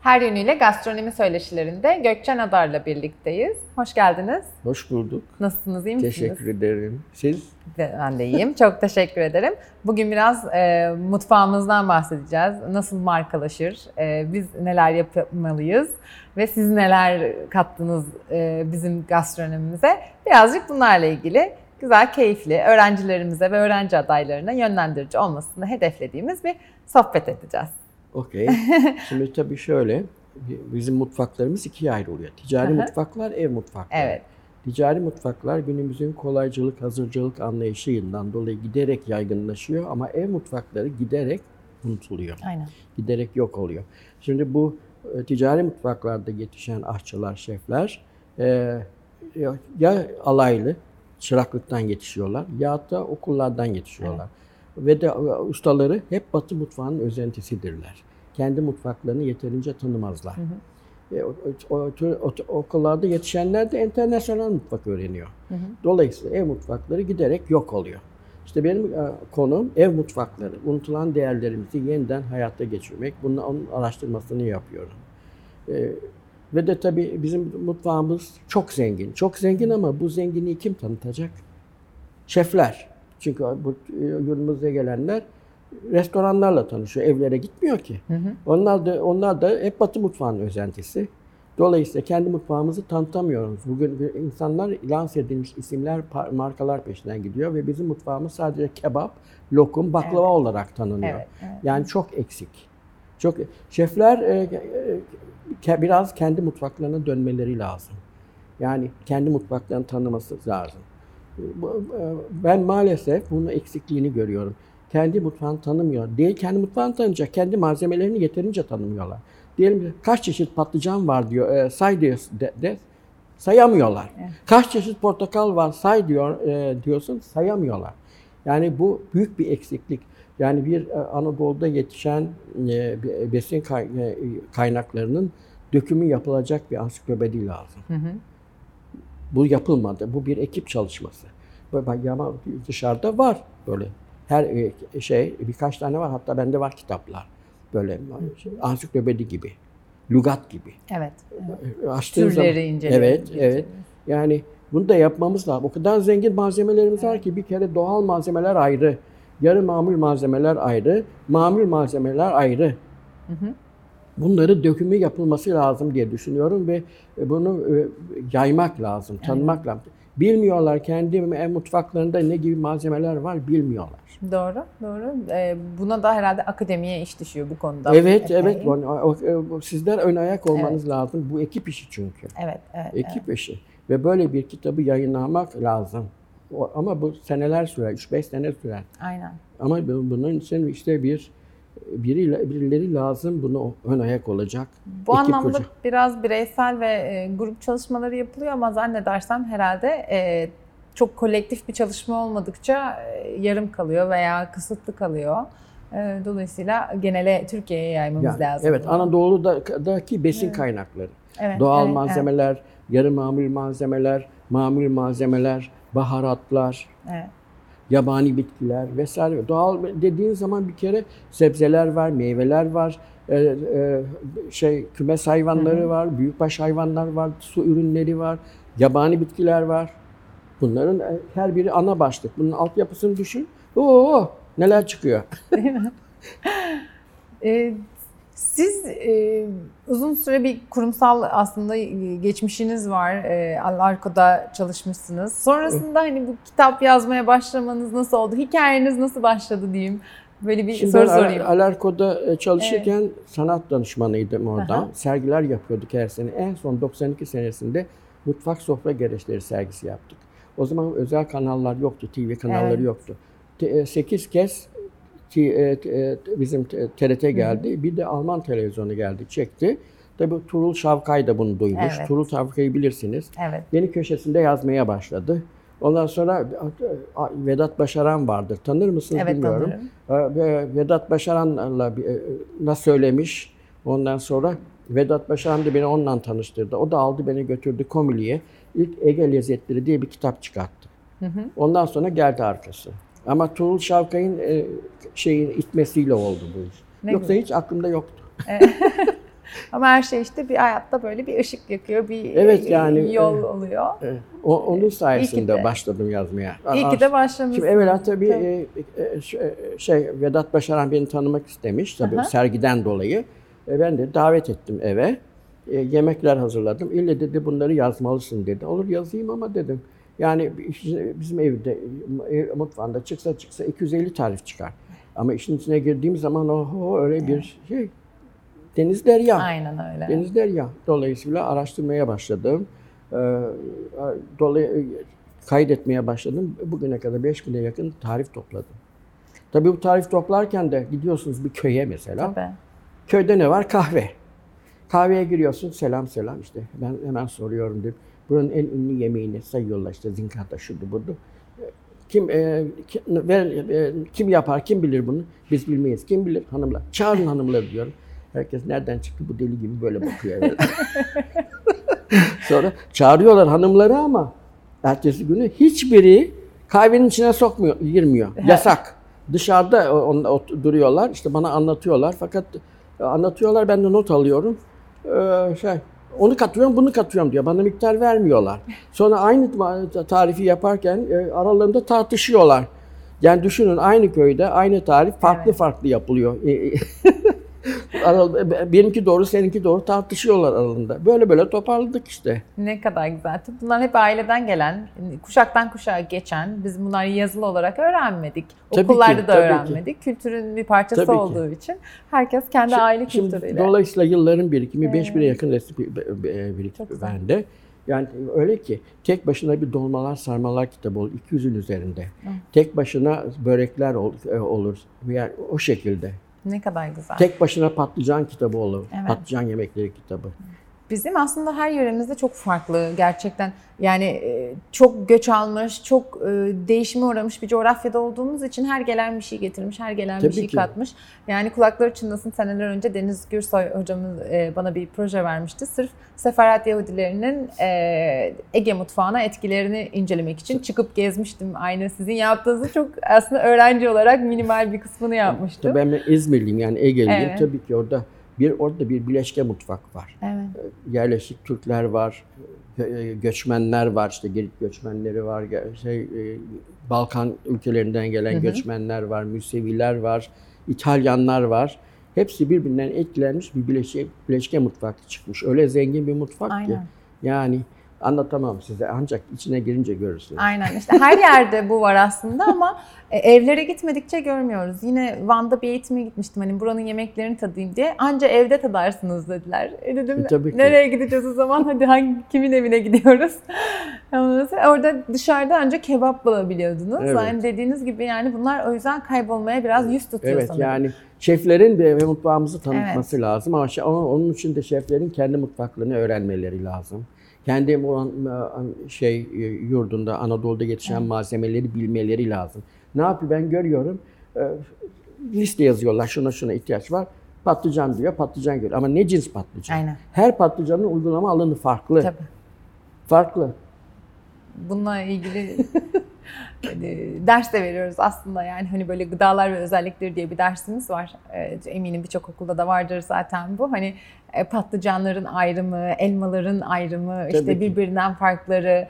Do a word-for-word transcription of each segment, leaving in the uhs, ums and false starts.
Her yönüyle gastronomi söyleşilerinde Gökçen Adar'la birlikteyiz. Hoş geldiniz. Hoş bulduk. Nasılsınız, iyi misiniz? Teşekkür ederim. Siz? Ben de iyiyim. Çok teşekkür ederim. Bugün biraz e, mutfağımızdan bahsedeceğiz. Nasıl markalaşır, e, biz neler yapmalıyız ve siz neler kattınız e, bizim gastronomimize. Birazcık bunlarla ilgili güzel, keyifli, öğrencilerimize ve öğrenci adaylarına yönlendirici olmasını hedeflediğimiz bir sohbet edeceğiz. Okey. Şimdi tabii şöyle, bizim mutfaklarımız ikiye ayrılıyor. Ticari mutfaklar, ev mutfakları. Evet. Ticari mutfaklar günümüzün kolaycılık, hazırcılık anlayışından dolayı giderek yaygınlaşıyor ama ev mutfakları giderek unutuluyor. Aynen. Giderek yok oluyor. Şimdi bu ticari mutfaklarda yetişen aşçılar, şefler e, ya alaylı, çıraklıktan yetişiyorlar ya da okullardan yetişiyorlar. Evet. Ve de ustaları hep Batı mutfağının özentisidirler. Kendi mutfaklarını yeterince tanımazlar. Hı hı. E, o, o, o, o, okullarda yetişenler de internasyonel mutfak öğreniyor. Hı hı. Dolayısıyla ev mutfakları giderek yok oluyor. İşte benim e, konum ev mutfakları. Unutulan değerlerimizi yeniden hayata geçirmek. Bunun onun araştırmasını yapıyorum. E, ve de tabii bizim mutfağımız çok zengin. Çok zengin ama bu zenginliği kim tanıtacak? Şefler. Çünkü bu yurdumuza gelenler restoranlarla tanışıyor, evlere gitmiyor ki. Hı hı. Onlar da onlar da hep Batı mutfağının özentisi. Dolayısıyla kendi mutfağımızı tanıtamıyoruz. Bugün insanlar lanse edilmiş isimler, markalar peşinden gidiyor ve bizim mutfağımız sadece kebap, lokum, baklava evet. olarak tanınıyor. Evet, evet. Yani çok eksik. Çok şefler e, e, biraz kendi mutfaklarına dönmeleri lazım. Yani kendi mutfaklarını tanıması lazım. Ben maalesef bunun eksikliğini görüyorum. Kendi mutfağını tanımıyor. Değil kendi mutfağını tanıyacak, kendi malzemelerini yeterince tanımıyorlar. Diyelim kaç çeşit patlıcan var diyor, e, say diyor de, de sayamıyorlar. Evet. Kaç çeşit portakal var say diyor e, diyorsun sayamıyorlar. Yani bu büyük bir eksiklik. Yani bir e, Anadolu'da yetişen e, besin kay, e, kaynaklarının dökümü yapılacak bir ansiklopedi lazım. Hı hı. Bu yapılmadı. Bu bir ekip çalışması. Ama dışarıda var böyle. Her şey birkaç tane var. Hatta bende var kitaplar. Böyle ansiklopedi gibi. Lügat gibi. Evet. evet. Türleri zaman, inceliyor. Evet, evet. Yani bunu da yapmamız lazım. O kadar zengin malzemelerimiz evet. var ki bir kere doğal malzemeler ayrı. Yarı mamul malzemeler ayrı. Mamul malzemeler ayrı. Hı hı. Bunları dökümü yapılması lazım diye düşünüyorum ve bunu yaymak lazım, tanımak evet. lazım. Bilmiyorlar kendi ev mutfaklarında ne gibi malzemeler var bilmiyorlar. Doğru, doğru. Buna da herhalde akademiye iş düşüyor bu konuda. Evet, evet. Sizler ön ayak olmanız evet. lazım. Bu ekip işi çünkü. Evet, evet. Ekip evet. işi. Ve böyle bir kitabı yayınlamak lazım. Ama bu seneler sürer, üç beş sene sürer. Aynen. Ama bunun için işte bir Biriyle, birileri lazım, bunu ön ayak olacak. Bu anlamda hoca. Biraz bireysel ve e, grup çalışmaları yapılıyor ama zannedersem herhalde e, çok kolektif bir çalışma olmadıkça e, yarım kalıyor veya kısıtlı kalıyor. E, dolayısıyla genele Türkiye'ye yaymamız yani, lazım. Evet, Anadolu'daki besin evet. kaynakları. Evet, Doğal evet, malzemeler, evet. yarı mamul malzemeler, mamul malzemeler, baharatlar. Evet. Yabani bitkiler vesaire. Doğal dediğin zaman bir kere sebzeler var, meyveler var, e, e, şey kümes hayvanları hı hı. var, büyükbaş hayvanlar var, su ürünleri var, yabani bitkiler var. Bunların her biri ana başlık. Bunun altyapısını düşün. Oo, neler çıkıyor. Değil mi? e, siz e, uzun süre bir kurumsal aslında geçmişiniz var. E, Alarko'da çalışmışsınız. Sonrasında hani bu kitap yazmaya başlamanız nasıl oldu? Hikayeniz nasıl başladı diyeyim. Böyle bir Şimdi soru ben sorayım. Alarko'da çalışırken evet. sanat danışmanıydım orada. Aha. Sergiler yapıyorduk her sene. En son doksan iki senesinde mutfak sofra gereçleri sergisi yaptık. O zaman özel kanallar yoktu, T V kanalları evet. yoktu. sekiz kez bizim T R T geldi. Hı hı. Bir de Alman televizyonu geldi, çekti. Tabii Tuğrul Şavkay da bunu duymuş. Evet. Tuğrul Şavkay'ı bilirsiniz. Evet. Yeni köşesinde yazmaya başladı. Ondan sonra Vedat Başaran vardır. Tanır mısınız evet, bilmiyorum. Tanırım. Vedat Başaran'la söylemiş. Ondan sonra Vedat Başaran da beni onunla tanıştırdı. O da aldı beni götürdü Komili'ye. İlk Ege Lezzetleri diye bir kitap çıkarttı. Hı hı. Ondan sonra geldi arkası. Ama Tuğrul Şavkay'ın e, şeyin itmesiyle oldu bu iş. Ne Yoksa güzel. Hiç aklımda yoktu. Ama her şey işte bir hayatta böyle bir ışık yakıyor, bir evet, yani, yol e, oluyor. E, o, onun sayesinde de. başladım yazmaya. İyi ki de başlamışsın. Şimdi evvela tabii e, e, şey Vedat Başaran beni tanımak istemiş tabii Aha. sergiden dolayı. E, ben de davet ettim eve. E, yemekler hazırladım. İlle dedi bunları yazmalısın dedi. Olur yazayım ama dedim. Yani bizim evde ev, mutfağında çıksa çıksa iki yüz elli tarif çıkar. Ama işin içine girdiğim zaman o, o öyle bir şey. Deniz derya. Aynen öyle. Deniz derya. Dolayısıyla araştırmaya başladım. Dolayı kaydetmeye başladım. Bugüne kadar beş bine yakın tarif topladım. Tabii bu tarif toplarken de gidiyorsunuz bir köye mesela. Tabii. Köyde ne var? Kahve. Kahveye giriyorsun. Selam selam işte. Ben hemen soruyorum deyip buranın en ünlü yemeğini sayıyorlar işte zinkata şudu budu. Kim, e, kim, e, kim yapar, kim bilir bunu? Biz bilmeyiz. Kim bilir? Hanımlar. Çağırın hanımları diyorum. Herkes nereden çıktı bu deli gibi böyle bakıyor. Sonra çağırıyorlar hanımları ama ertesi günü hiçbiri kahvenin içine sokmuyor, girmiyor. Yasak. Dışarıda on, on, duruyorlar. İşte bana anlatıyorlar. Fakat anlatıyorlar, ben de not alıyorum. Ee, şey, onu katıyorum, bunu katıyorum diyor. Bana miktar vermiyorlar. Sonra aynı tarifi yaparken e, aralarında tartışıyorlar. Yani düşünün aynı köyde aynı tarif farklı evet. farklı yapılıyor. Benimki doğru, seninki doğru tartışıyorlar aralarında. Böyle böyle toparladık işte. Ne kadar güzel. Bunlar hep aileden gelen, kuşaktan kuşağa geçen, biz bunları yazılı olarak öğrenmedik. Tabii Okullarda ki, da öğrenmedik. Ki. Kültürün bir parçası tabii olduğu ki. için herkes kendi şimdi, aile kültürüyle. Şimdi, dolayısıyla yılların birikimi, evet. beş bine yakın resim birikimi bende. Yani öyle ki tek başına bir dolmalar, sarmalar kitabı olur. iki yüzün üzerinde. Hı. Tek başına börekler olur. Yani o şekilde. Ne kadar güzel. Tek başına patlıcan kitabı olur. Evet. Patlıcan yemekleri kitabı. Bizim aslında her yöremizde çok farklı gerçekten. Yani çok göç almış, çok değişime uğramış bir coğrafyada olduğumuz için her gelen bir şey getirmiş, her gelen Tabii bir şey ki. katmış. Yani kulakları çınlasın, seneler önce Deniz Gürsoy hocamız bana bir proje vermişti. Sırf Sefarat Yahudilerinin Ege mutfağına etkilerini incelemek için çıkıp gezmiştim. Aynı sizin yaptığınızı çok aslında öğrenci olarak minimal bir kısmını yapmıştım. Tabii ben İzmirliyim yani Ege'liyim. Evet. Tabii ki orada bir orada bir bileşke mutfak var. Evet. Yerleşik Türkler var, göçmenler var, işte Girit göçmenleri var, şey Balkan ülkelerinden gelen hı hı. göçmenler var, Müseviler var, İtalyanlar var. Hepsi birbirinden etkilenmiş bir bileşke, bileşke mutfak çıkmış. Öyle zengin bir mutfak Aynen. ki. Yani anlatamam size ancak içine girince görürsünüz. Aynen işte her yerde bu var aslında ama evlere gitmedikçe görmüyoruz. Yine Van'da bir eğitime gitmiştim hani buranın yemeklerini tadayım diye. Anca evde tadarsınız dediler. E dedim e, nereye gideceğiz o zaman? Hadi hangi kimin evine gidiyoruz? Orada dışarıda ancak kebap bulabiliyordunuz. Evet. Yani dediğiniz gibi yani bunlar o yüzden kaybolmaya biraz yüz tutuyor evet, sanırım. Yani şeflerin de mutfağımızı tanıtması evet. lazım ama onun için de şeflerin kendi mutfaklarını öğrenmeleri lazım. Kendi şey yurdunda, Anadolu'da yetişen evet. malzemeleri bilmeleri lazım. Ne yapıyor ben görüyorum, liste yazıyorlar, şuna şuna ihtiyaç var. Patlıcan diyor, patlıcan görüyor. Ama ne cins patlıcan? Aynen. Her patlıcanın uygulama alanı farklı. Tabii. Farklı. Bununla ilgili hani ders de veriyoruz aslında yani hani böyle gıdalar ve özellikleri diye bir dersimiz var. Eminim birçok okulda da vardır zaten bu. Hani patlıcanların ayrımı, elmaların ayrımı, Tabii işte ki. birbirinden farkları,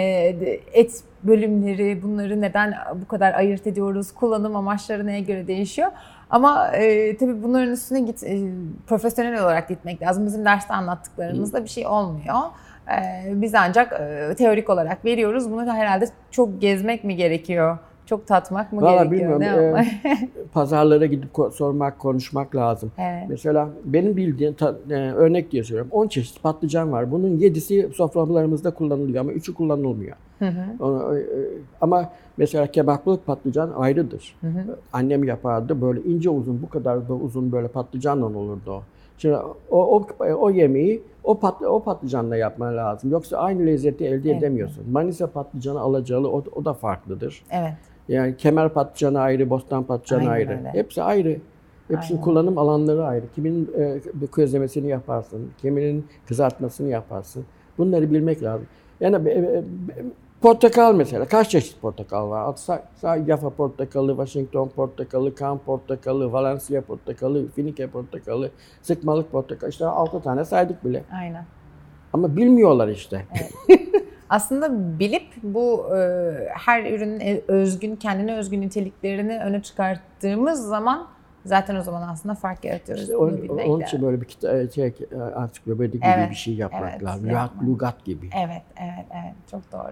et bölümleri, bunları neden bu kadar ayırt ediyoruz, kullanım amaçları neye göre değişiyor. Ama e, tabii bunların üstüne git, e, profesyonel olarak gitmek lazım. Bizim derste anlattıklarımızda bir şey olmuyor. Biz ancak teorik olarak veriyoruz. Bunu da herhalde çok gezmek mi gerekiyor? Çok tatmak mı Vallahi gerekiyor? Bilmiyorum. Ne ee, pazarlara gidip sormak, konuşmak lazım. Evet. Mesela benim bildiğim, ta, e, örnek diye söylüyorum. on çeşit patlıcan var. Bunun yedisi sofralarımızda kullanılıyor ama üçü kullanılmıyor. Hı hı. Onu, e, ama mesela kebaplık patlıcan ayrıdır. Hı hı. Annem yapardı. Böyle ince uzun, bu kadar da uzun böyle patlıcanla olurdu o. Şimdi o, o, o yemeği o, pat, o patlıcanla yapman lazım. Yoksa aynı lezzeti elde evet. edemiyorsun. Manisa patlıcanı alacalı o, o da farklıdır. Evet. Yani kemer patlıcanı ayrı, bostan patlıcanı Aynen ayrı. Öyle. Hepsi ayrı. Hepsinin Aynen. kullanım alanları ayrı. Kimin e, közlemesini yaparsın, kiminin kızartmasını yaparsın. Bunları bilmek lazım. Yani e, e, Portakal mesela. Kaç çeşit portakal var? Jaffa portakalı, Washington portakalı, Cannes portakalı, Valencia portakalı, Finike portakalı, sıkmalık portakal. İşte altı tane saydık bile. Aynen. Ama bilmiyorlar işte. Evet. Aslında bilip bu e, her ürünün özgün, kendine özgün niteliklerini öne çıkarttığımız zaman zaten o zaman aslında fark yaratıyoruz. İşte on, onun için böyle bir kitap, şey, ansiklopedi gibi evet, bir şey yapmak evet, lazım. Yapmak. Lugat gibi. Evet, evet, evet. Çok doğru.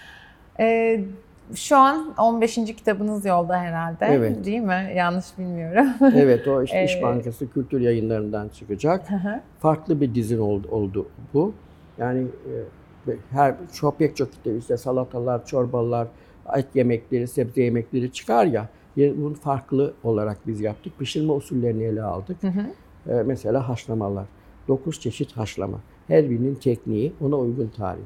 Ee, şu an on beşinci kitabınız yolda herhalde. Evet. Değil mi? Yanlış bilmiyorum. Evet, o işte İş Bankası Kültür Yayınları'ndan çıkacak. Farklı bir dizin oldu, oldu bu. Yani her çok pek çok kitap işte salatalar, çorbalar, et yemekleri, sebze yemekleri çıkar ya. Bunu farklı olarak biz yaptık. Pişirme usullerini ele aldık. Hı hı. Ee, mesela haşlamalar. dokuz çeşit haşlama. Her birinin tekniği, ona uygun tarif.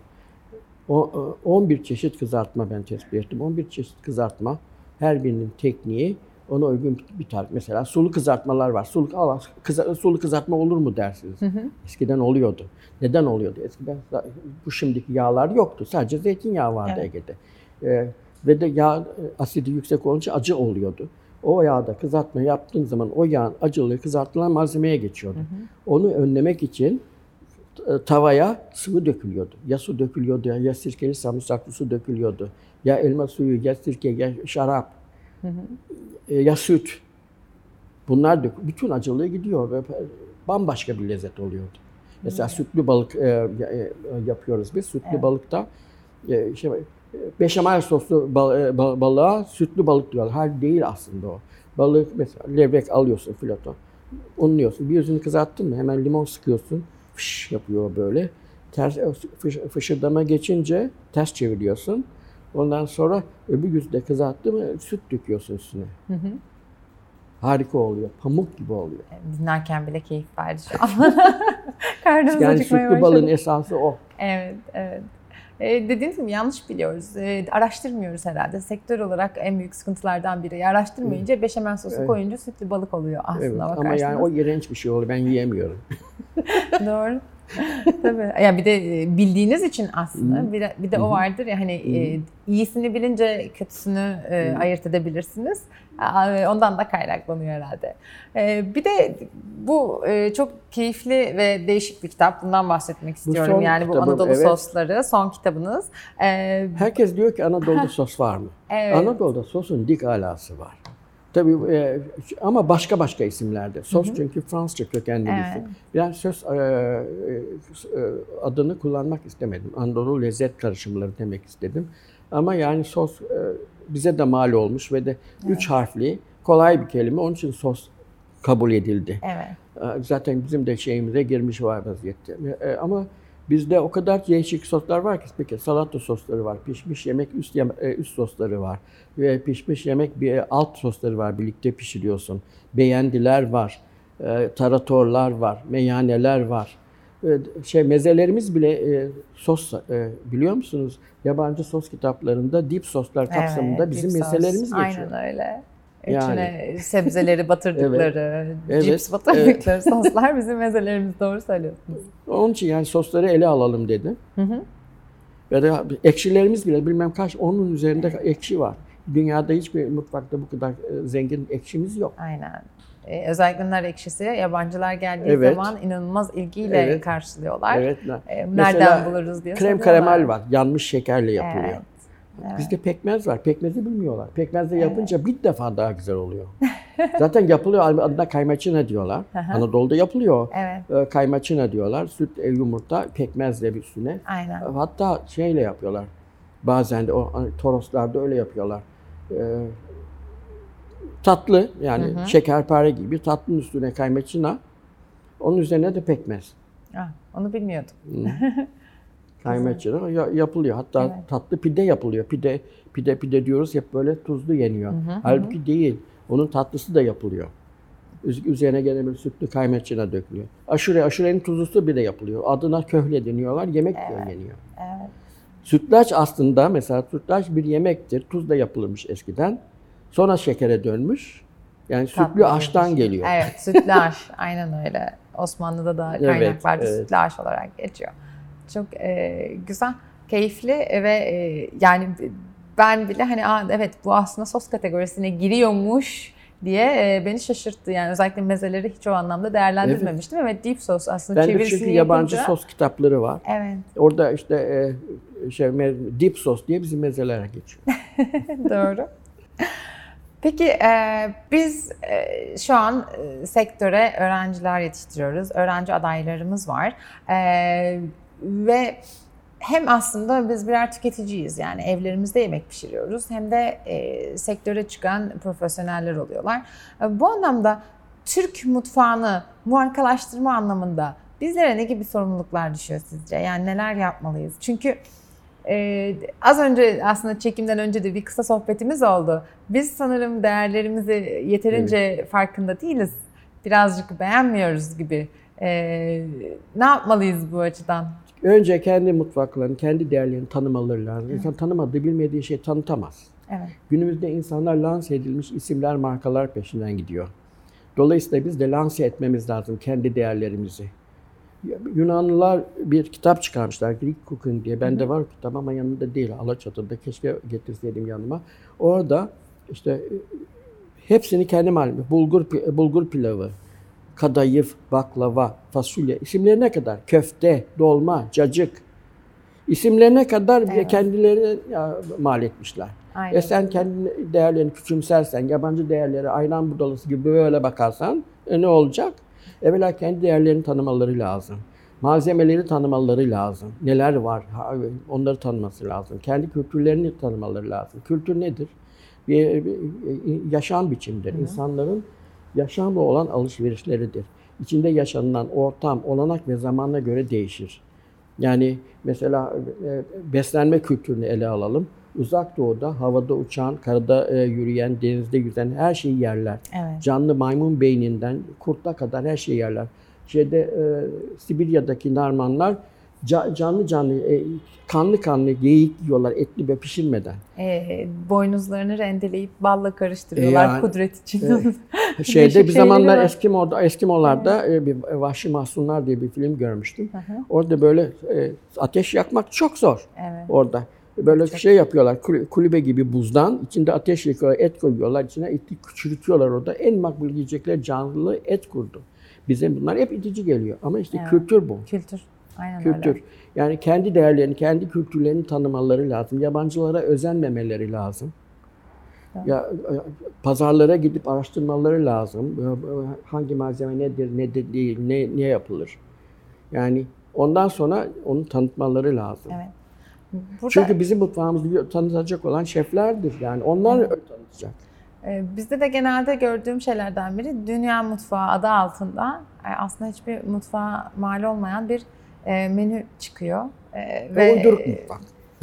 O, on bir çeşit kızartma ben tespit ettim. on bir çeşit kızartma. Her birinin tekniği, ona uygun bir tarif. Mesela sulu kızartmalar var. Sulu, Allah, kıza, sulu kızartma olur mu dersiniz? Hı hı. Eskiden oluyordu. Neden oluyordu? Eskiden bu şimdiki yağlar yoktu. Sadece zeytinyağı vardı evet. Ege'de. Ee, Ve de yağ asidi yüksek olunca acı oluyordu. O yağda kızartma yaptığın zaman o yağın acılığı kızartılan malzemeye geçiyordu. Hı hı. Onu önlemek için tavaya sıvı dökülüyordu. Ya su dökülüyordu, ya sirkeli sarımsaklı su dökülüyordu. Ya elma suyu, ya sirke, ya şarap, hı hı. ya süt. Bunlar dök. Bütün acılığı gidiyor ve bambaşka bir lezzet oluyordu. Mesela hı. sütlü balık e, e, yapıyoruz biz. Sütlü evet. balıkta e, şey, beşamel soslu bal, bal, balığa sütlü balık diyorlar. Hayır değil aslında o. Balık mesela levrek alıyorsun fileto. Unluyorsun. Bir yüzünü kızarttın mı hemen limon sıkıyorsun. Fış yapıyor böyle. Ters fış, fışırdama geçince ters çeviriyorsun. Ondan sonra öbür yüzde kızarttı mı süt döküyorsun üstüne. Hı hı. Harika oluyor. Pamuk gibi oluyor. Dinlerken bile keyif verdi şu an. Karnımız yani sütlü balığın esası o. Evet, evet. E, dediğiniz gibi yanlış biliyoruz. E, araştırmıyoruz herhalde. Sektör olarak en büyük sıkıntılardan biri. Araştırmayınca evet. beşamel sosu evet. koyunca sütlü balık oluyor aslında evet. bakarsanız. Ama yani o iğrenç bir şey oluyor. Ben yiyemiyorum. Doğru. Tabii. Yani bir de bildiğiniz için aslında hmm. bir de, bir de hmm. o vardır ya hani hmm. e, iyisini bilince kötüsünü e, hmm. ayırt edebilirsiniz. E, ondan da kaynaklanıyor herhalde. E, bir de bu e, çok keyifli ve değişik bir kitap. Bundan bahsetmek istiyorum. Bu yani kitabım, bu Anadolu evet. sosları son kitabınız. E, Herkes diyor ki Anadolu'da sos var mı? Evet. Anadolu'da sosun dik alası var. Tabii e, ama başka başka isimlerde. Sos hı hı. çünkü Fransızca kökenli evet. bir şey. Ben söz e, e, adını kullanmak istemedim. Anadolu lezzet karışımları demek istedim. Ama yani sos e, bize de mal olmuş ve de evet. üç harfli kolay bir kelime. Onun için sos kabul edildi. Evet. E, zaten bizim de şeyimize girmiş var vaziyette. E, ama bizde o kadar değişik soslar var ki, peki salata sosları var, pişmiş yemek üst yeme, üst sosları var ve pişmiş yemek bir alt sosları var, birlikte pişiriyorsun. Beğendiler var, e, taratorlar var, meyaneler var. E, şey mezelerimiz bile e, sos e, biliyor musunuz? Yabancı sos kitaplarında dip soslar kapsamında evet, bizim mezelerimiz sos. Geçiyor. Aynen öyle. İçine yani. Sebzeleri batırdıkları, evet, cips batırdıkları evet. soslar bizim mezelerimiz, doğru söylüyorsunuz. Onun için yani sosları ele alalım dedim. Hı hı. Ve de ekşilerimiz bile bilmem kaç, onun üzerinde ekşi var. Dünyada hiçbir mutfakta bu kadar zengin ekşimiz yok. Aynen. Ee, özellikle nar ekşisi yabancılar geldiği evet. zaman inanılmaz ilgiyle evet. karşılıyorlar. Evet. Ee, nereden mesela, buluruz diye krem karamel var, yanmış şekerle yapılıyor. Evet. Evet. Bizde pekmez var. Pekmezi bilmiyorlar. Pekmezle yapınca evet. bir defa daha güzel oluyor. Zaten yapılıyor. Adına kaymaçina diyorlar. Anadolu'da yapılıyor. Evet. Kaymaçina diyorlar. Süt, yumurta, pekmezle bir üstüne. Aynen. Hatta şeyle yapıyorlar. Bazen de o Toroslarda öyle yapıyorlar. Ee, tatlı yani hı hı. şekerpare gibi tatlının üstüne kaymaçina. Onun üzerine de pekmez. Ah, onu bilmiyordum. Kaymaçina yapılıyor. Hatta evet. tatlı pide yapılıyor. Pide pide pide diyoruz, hep böyle tuzlu yeniyor. Hı hı, Halbuki hı. değil. Onun tatlısı da yapılıyor. Üzerine gene bir sütlü kaymaçina dökülüyor. Aşure, aşurenin tuzlusu bir de yapılıyor. Adına köhle deniyorlar. Yemek evet. yeniyor. Evet. Sütlaç aslında mesela sütlaç bir yemektir. Tuzla yapılmış eskiden. Sonra şekere dönmüş. Yani tatlı sütlü aştan şey. Geliyor. Evet, sütlü aş. Aynen öyle. Osmanlı'da da kaynak evet, vardı. Evet. Sütlü aş olarak geçiyor. Çok e, güzel. keyifli ve e, yani ben bile hani Aa, evet bu aslında sos kategorisine giriyormuş diye e, beni şaşırttı. Yani özellikle mezeleri hiç o anlamda değerlendirmemiştim. Evet, evet deep sos aslında ben çevirisini de çünkü yapınca... yabancı sos kitapları var. Evet. Orada işte e, şey deep sos diye bizim mezelere geçiyor. Doğru. Peki e, biz e, şu an e, sektöre öğrenciler yetiştiriyoruz. Öğrenci adaylarımız var. E, ve hem aslında biz birer tüketiciyiz. Yani evlerimizde yemek pişiriyoruz. Hem de e, sektöre çıkan profesyoneller oluyorlar. E, bu anlamda Türk mutfağını markalaştırma anlamında bizlere ne gibi sorumluluklar düşüyor sizce? Yani neler yapmalıyız? Çünkü Ee, az önce aslında çekimden önce de bir kısa sohbetimiz oldu. Biz sanırım değerlerimizi yeterince evet. farkında değiliz. Birazcık beğenmiyoruz gibi. Ee, ne yapmalıyız bu açıdan? Önce kendi mutfaklarını, kendi değerlerini tanımaları lazım. Evet. İnsan tanımadığı, bilmediği şeyi tanıtamaz. Evet. Günümüzde insanlar lanse edilmiş isimler, markalar peşinden gidiyor. Dolayısıyla biz de lanse etmemiz lazım kendi değerlerimizi. Yunanlılar bir kitap çıkarmışlar, Greek Cooking diye. Bende var o kitap ama yanında değil, Alaçatı'da. Keşke getirseydim yanıma. Orada işte hepsini kendim halim. Bulgur, bulgur pilavı, kadayıf, baklava, fasulye. İsimlerine kadar köfte, dolma, cacık. İsimlerine kadar evet. kendileri mal etmişler. Aynen. E sen kendi değerlerini küçümsersen, yabancı değerlere ayran budalası gibi böyle bakarsan e ne olacak? Evvela kendi değerlerini tanımaları lazım. Malzemeleri tanımaları lazım. Neler var? Onları tanıması lazım. Kendi kültürlerini tanımaları lazım. Kültür nedir? Bir, bir yaşam biçimidir. Hı hı. İnsanların yaşamla olan alışverişleridir. İçinde yaşanılan ortam, olanak ve zamana göre değişir. Yani mesela beslenme kültürünü ele alalım. Uzak Doğu'da havada uçan, karada e, yürüyen, denizde yüzen her şeyi yerler. Evet. Canlı maymun beyninden kurtla kadar her şeyi yerler. Şeyde e, Sibirya'daki Narmanlar ca, canlı canlı, e, kanlı kanlı geyik yiyorlar etli ve pişirmeden. E, boynuzlarını rendeleyip balla karıştırıyorlar yani, kudret için. E, şeyde bir zamanlar Eskimo'da, Eskimolarda evet. e, bir Vahşi Mahsunlar diye bir film görmüştüm. Hı hı. Orada böyle e, ateş yakmak çok zor. Evet. Orada. Böyle çok şey yapıyorlar, kulübe gibi buzdan, içinde ateş yakıyorlar, et koyuyorlar, içine eti çürütüyorlar orada. En makbul yiyecekler canlı et kurdu. Bize bunlar hep itici geliyor ama işte evet. kültür bu. Kültür, aynen kültür. öyle. Yani kendi değerlerini, kendi kültürlerini tanımaları lazım. Yabancılara özenmemeleri lazım. Evet. Ya pazarlara gidip araştırmaları lazım. Hangi malzeme nedir, ne de değil, ne ne yapılır. Yani ondan sonra onu tanıtmaları lazım. Evet. Burada, çünkü bizim mutfağımızı tanıtacak olan şeflerdir. Yani onlar evet. tanıtacak. Bizde de genelde gördüğüm şeylerden biri dünya mutfağı adı altında aslında hiçbir mutfağa mal olmayan bir menü çıkıyor. Ve uyduruk mutfak.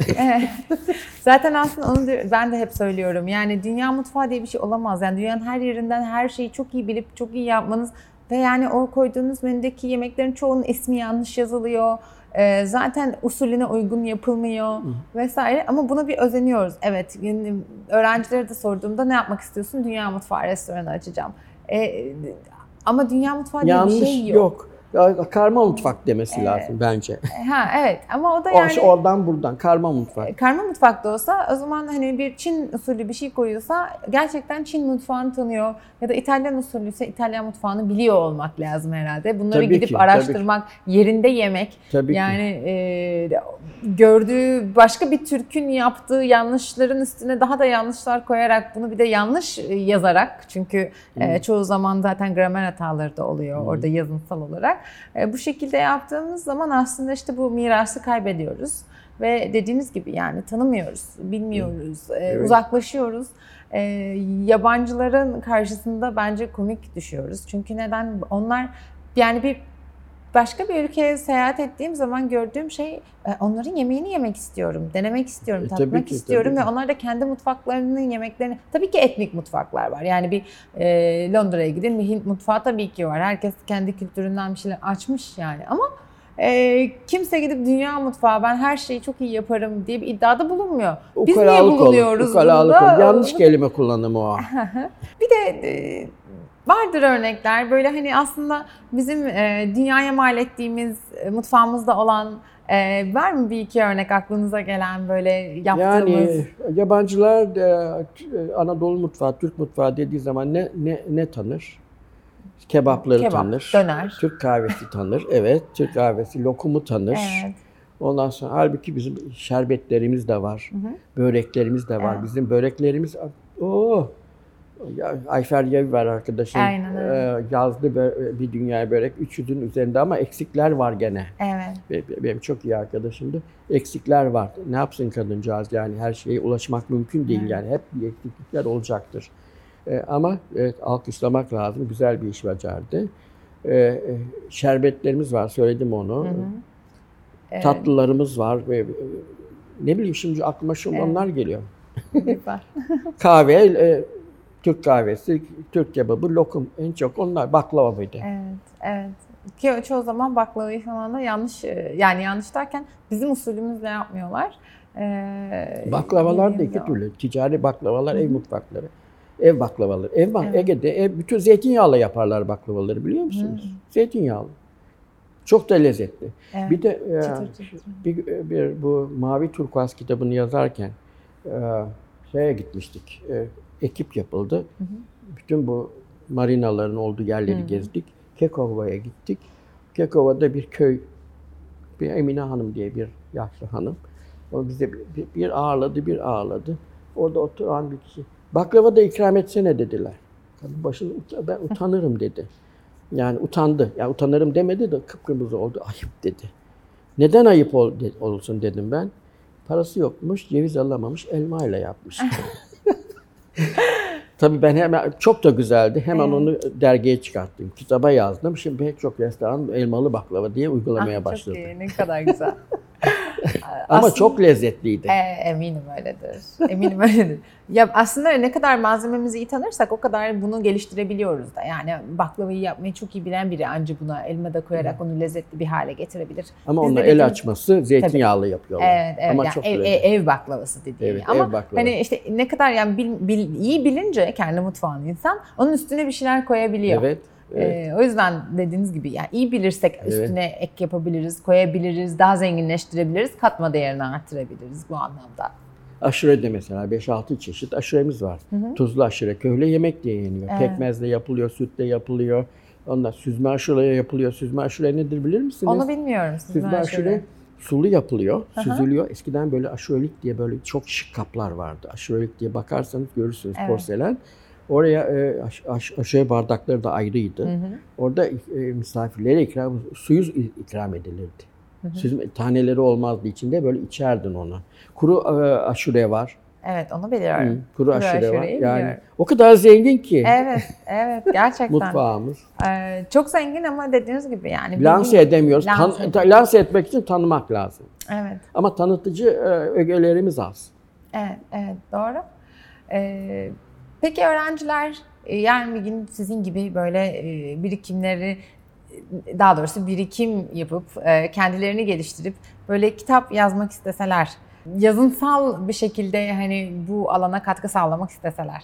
Zaten aslında onu ben de hep söylüyorum. Yani dünya mutfağı diye bir şey olamaz. Yani dünyanın her yerinden her şeyi çok iyi bilip çok iyi yapmanız ve yani o koyduğunuz menüdeki yemeklerin çoğunun ismi yanlış yazılıyor. Zaten usulüne uygun yapılmıyor vesaire ama buna bir özeniyoruz. Evet, yani öğrencilere de sorduğumda ne yapmak istiyorsun? Dünya mutfağı restoranı açacağım. E, ama dünya mutfağı diye yanlış bir şey yok. yok. Karma mutfak demesi evet. lazım bence. Ha evet ama o da yani o, oradan buradan karma mutfak. Karma mutfak da olsa o zaman hani bir Çin usulü bir şey koyuyorsa gerçekten Çin mutfağını tanıyor ya da İtalyan usulüyse İtalyan mutfağını biliyor olmak lazım herhalde. Bunları tabii gidip ki, araştırmak, yerinde yemek. Tabii yani e, gördüğü başka bir Türk'ün yaptığı yanlışların üstüne daha da yanlışlar koyarak bunu bir de yanlış yazarak çünkü hmm. e, çoğu zaman zaten gramer hataları da oluyor hmm. orada yazınsal olarak. E, bu şekilde yaptığımız zaman aslında işte bu mirası kaybediyoruz ve dediğiniz gibi yani tanımıyoruz, bilmiyoruz, evet. e, evet. uzaklaşıyoruz. E, yabancıların karşısında bence komik düşüyoruz. Çünkü neden? Onlar yani bir başka bir ülkeye seyahat ettiğim zaman gördüğüm şey onların yemeğini yemek istiyorum, denemek istiyorum, tatmak e, tabii ki, istiyorum tabii ve onlar da kendi mutfaklarının yemeklerini, tabii ki etnik mutfaklar var. Yani bir e, Londra'ya gidin bir Hint mutfağı tabii ki var. Herkes kendi kültüründen bir şeyler açmış yani ama e, kimse gidip dünya mutfağı ben her şeyi çok iyi yaparım diye bir iddiada bulunmuyor. Biz niye Ukalalık bulunuyoruz olur, ukalalık bunda? olur. Yanlış kelime kullanımı o. Bir de e, vardır örnekler böyle hani aslında bizim e, dünyaya mal ettiğimiz e, mutfağımızda olan e, var mı bir iki örnek aklınıza gelen böyle yaptığımız? Yani yabancılar e, Anadolu mutfağı, Türk mutfağı dediği zaman ne ne ne tanır? Kebapları Kebap, tanır. döner. Türk kahvesi tanır. Evet, Türk kahvesi, lokumu tanır. Evet. Ondan sonra halbuki bizim şerbetlerimiz de var. Hı hı. Böreklerimiz de var. Evet. Bizim böreklerimiz o Ayfer Yev var arkadaşım. Aynen öyle. Ee, yazdı bir dünya börek üç yüzün üzerinde ama eksikler var gene. Evet. Benim çok iyi arkadaşımdı. Eksikler var. Ne yapsın kadıncağız yani her şeye ulaşmak mümkün değil evet. Yani hep bir eksiklikler olacaktır. Ee, ama evet, alkışlamak lazım. Güzel bir iş becerdi. Ee, şerbetlerimiz var. Söyledim onu. Hı hı. Evet. Tatlılarımız var. Ne bileyim şimdi aklıma şu onlar evet. Geliyor. Kahve, e, Türk kahvesi, Türk kebabı, lokum en çok onlar baklava mıydı? Evet, evet. Ki çoğu zaman baklavayı falan da yanlış yani yanlış derken bizim usulümüzle yapmıyorlar. Ee, Baklavalar da iki o. Türlü. Ticari baklavalar, Hı-hı. ev mutfakları. Ev baklavaları. Ev evet. Ege'de ev, bütün zeytinyağlı yaparlar baklavaları biliyor musunuz? Hı-hı. Zeytinyağlı. Çok da lezzetli. Evet. Bir de çıtır, çıtır. Bir, bir bu Mavi Turkuaz kitabını yazarken şeye gitmiştik. Ekip yapıldı. Hı hı. Bütün bu marinaların olduğu yerleri hı. Gezdik. Kekova'ya gittik. Kekova'da bir köy, bir Emine Hanım diye bir yaşlı hanım. O bize bir, bir ağırladı, bir ağırladı. Orada oturan bir kişi. Baklava da ikram etsene dediler. Kadın başını ben utanırım dedi. Yani utandı. Yani utanırım demedi de kıpkırmızı oldu. Ayıp dedi. Neden ayıp ol, de, olsun dedim ben. Parası yokmuş, ceviz alamamış, elmayla yapmış. Tabii ben hemen, çok da güzeldi. Hemen evet. Onu dergiye çıkarttım. Kitaba yazdım. Şimdi pek çok restoran elmalı baklava diye uygulamaya ah, başladı. Çok iyi, ne kadar güzel. Ama aslında, çok lezzetliydi. E, eminim öyledir. Eminim öyledir. Ya aslında ne kadar malzememizi iyi tanırsak o kadar bunu geliştirebiliyoruz da. Yani baklavayı yapmayı çok iyi bilen biri ancak buna elma da koyarak onu lezzetli bir hale getirebilir. Ama onu el dediğim, açması zeytinyağlı tabii. Yapıyorlar. Evet, evet. Ama yani çok ev, ev baklavası dediğim. Evet, ama ev baklavası. Hani işte ne kadar yani bil, bil, iyi bilince kendi mutfağını insan onun üstüne bir şeyler koyabiliyor. Evet. Evet. Ee, o yüzden dediğiniz gibi yani iyi bilirsek evet. Üstüne ek yapabiliriz, koyabiliriz, daha zenginleştirebiliriz, katma değerini arttırabiliriz bu anlamda. Aşure mesela beş altı çeşit aşuremiz var. Hı hı. Tuzlu aşure, köhle yemek diye yeniyor. Evet. Pekmezle yapılıyor, sütle yapılıyor. Ondan süzme aşure yapılıyor. Süzme aşure nedir bilir misiniz? Onu bilmiyorum. Süzme, süzme aşure. aşure sulu yapılıyor, hı hı. Süzülüyor. Eskiden böyle aşurelik diye böyle çok şık kaplar vardı. Aşurelik diye bakarsanız görürsünüz evet. Porselen. Oraya e, aş, aş, aşure bardakları da ayrıydı. Hı hı. Orada e, misafirlere ikram, suyu ikram edilirdi. Hı hı. Süzme, taneleri olmazdı içinde, böyle içerdin onu. Kuru e, aşure var. Evet, onu biliyorum. Hı, kuru, kuru aşure var. Yani biliyorum. O kadar zengin ki. Evet, evet gerçekten. Mutfağımız. Ee, çok zengin ama dediğiniz gibi yani. Lanse edemiyoruz. Lanse, Tan- lanse etmek için tanımak lazım. Evet. Ama tanıtıcı e, ögelerimiz az. Evet, evet doğru. Ee, Peki öğrenciler yarın bir gün sizin gibi böyle birikimleri, daha doğrusu birikim yapıp kendilerini geliştirip böyle kitap yazmak isteseler, yazınsal bir şekilde hani bu alana katkı sağlamak isteseler,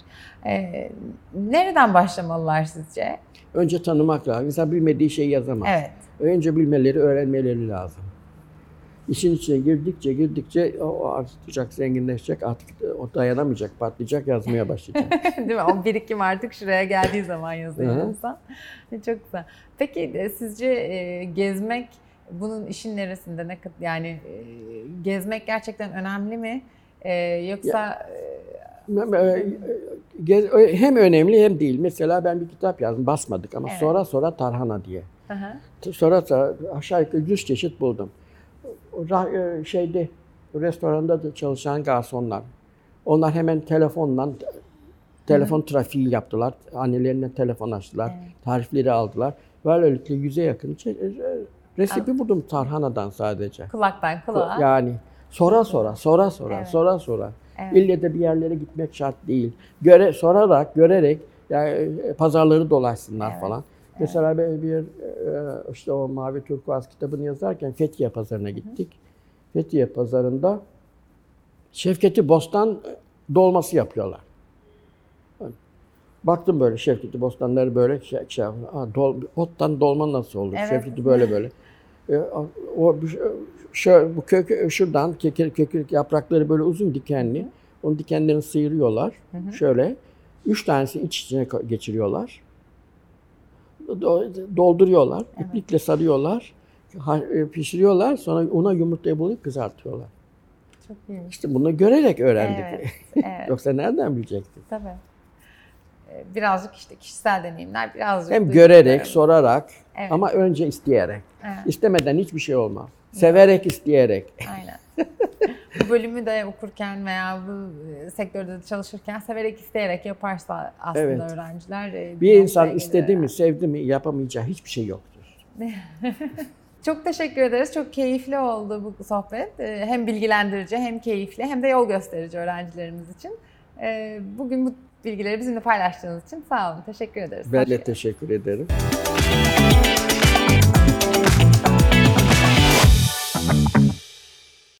nereden başlamalılar sizce? Önce tanımak lazım. İnsan bilmediği şeyi yazamaz. Evet. Önce bilmeleri, öğrenmeleri lazım. İşin içine girdikçe girdikçe o artacak, zenginleşecek, artık o dayanamayacak, patlayacak, yazmaya başlayacak. Değil mi? O birikim artık şuraya geldiği zaman yazıyor insan. Çok güzel. Peki sizce gezmek bunun işin neresinde? Ne yani gezmek gerçekten önemli mi? Yoksa ya, hem önemli hem değil. Mesela ben bir kitap yazdım, basmadık ama evet. sonra sonra tarhana diye. Hı-hı. Sonra sonra aşağı yukarı yüz çeşit buldum. Şeyde restoranda da çalışan garsonlar. Onlar hemen telefonla telefon Hı-hı. trafiği yaptılar. Annelerine telefon açtılar. Evet. Tarifleri aldılar. Böylelikle yüze yakın resipi buldum tarhanadan sadece. Kulaktan kulağa. Yani sonra sonra sonra sonra evet. sonra sonra. Evet. İlle de bir yerlere gitmek şart değil. Göre sorarak, görerek yani pazarları dolaşsınlar evet. falan. Mesela bir, bir işte o Mavi Turkuaz kitabını yazarken Fethiye Pazarı'na gittik. Hı hı. Fethiye Pazarı'nda Şevketi Bostan dolması yapıyorlar. Baktım böyle Şevketi Bostanları böyle şey, şey Aa, dol, ottan dolma nasıl olur? Evet. Şevketi böyle böyle. E, o şu bu kök şuradan kekir kekir yaprakları böyle uzun dikenli. Hı hı. Onun dikenlerini sıyırıyorlar. Hı hı. Şöyle üç tanesini iç içine geçiriyorlar. Dolduruyorlar. Evet. İplikle sarıyorlar. Pişiriyorlar. Sonra una yumurtayı bulayıp kızartıyorlar. Çok iyiymiş. İşte bunu görerek öğrendik. Evet, evet. Yoksa nereden bilecektik? Tabii. Birazcık işte kişisel deneyimler, birazcık hem görerek, sorarak, evet. Ama önce isteyerek. Evet. İstemeden hiçbir şey olmaz. Severek, isteyerek. Aynen. Bu bölümü de okurken veya bu sektörde de çalışırken severek, isteyerek yaparsa aslında evet. Öğrenciler bir, bir insan istedi mi, sevdi mi yapamayacağı hiçbir şey yoktur. Çok teşekkür ederiz. Çok keyifli oldu bu sohbet. Hem bilgilendirici, hem keyifli, hem de yol gösterici öğrencilerimiz için. Bugün bu bilgileri bizimle paylaştığınız için sağ olun. Teşekkür ederiz. Ben de teşekkür ederim.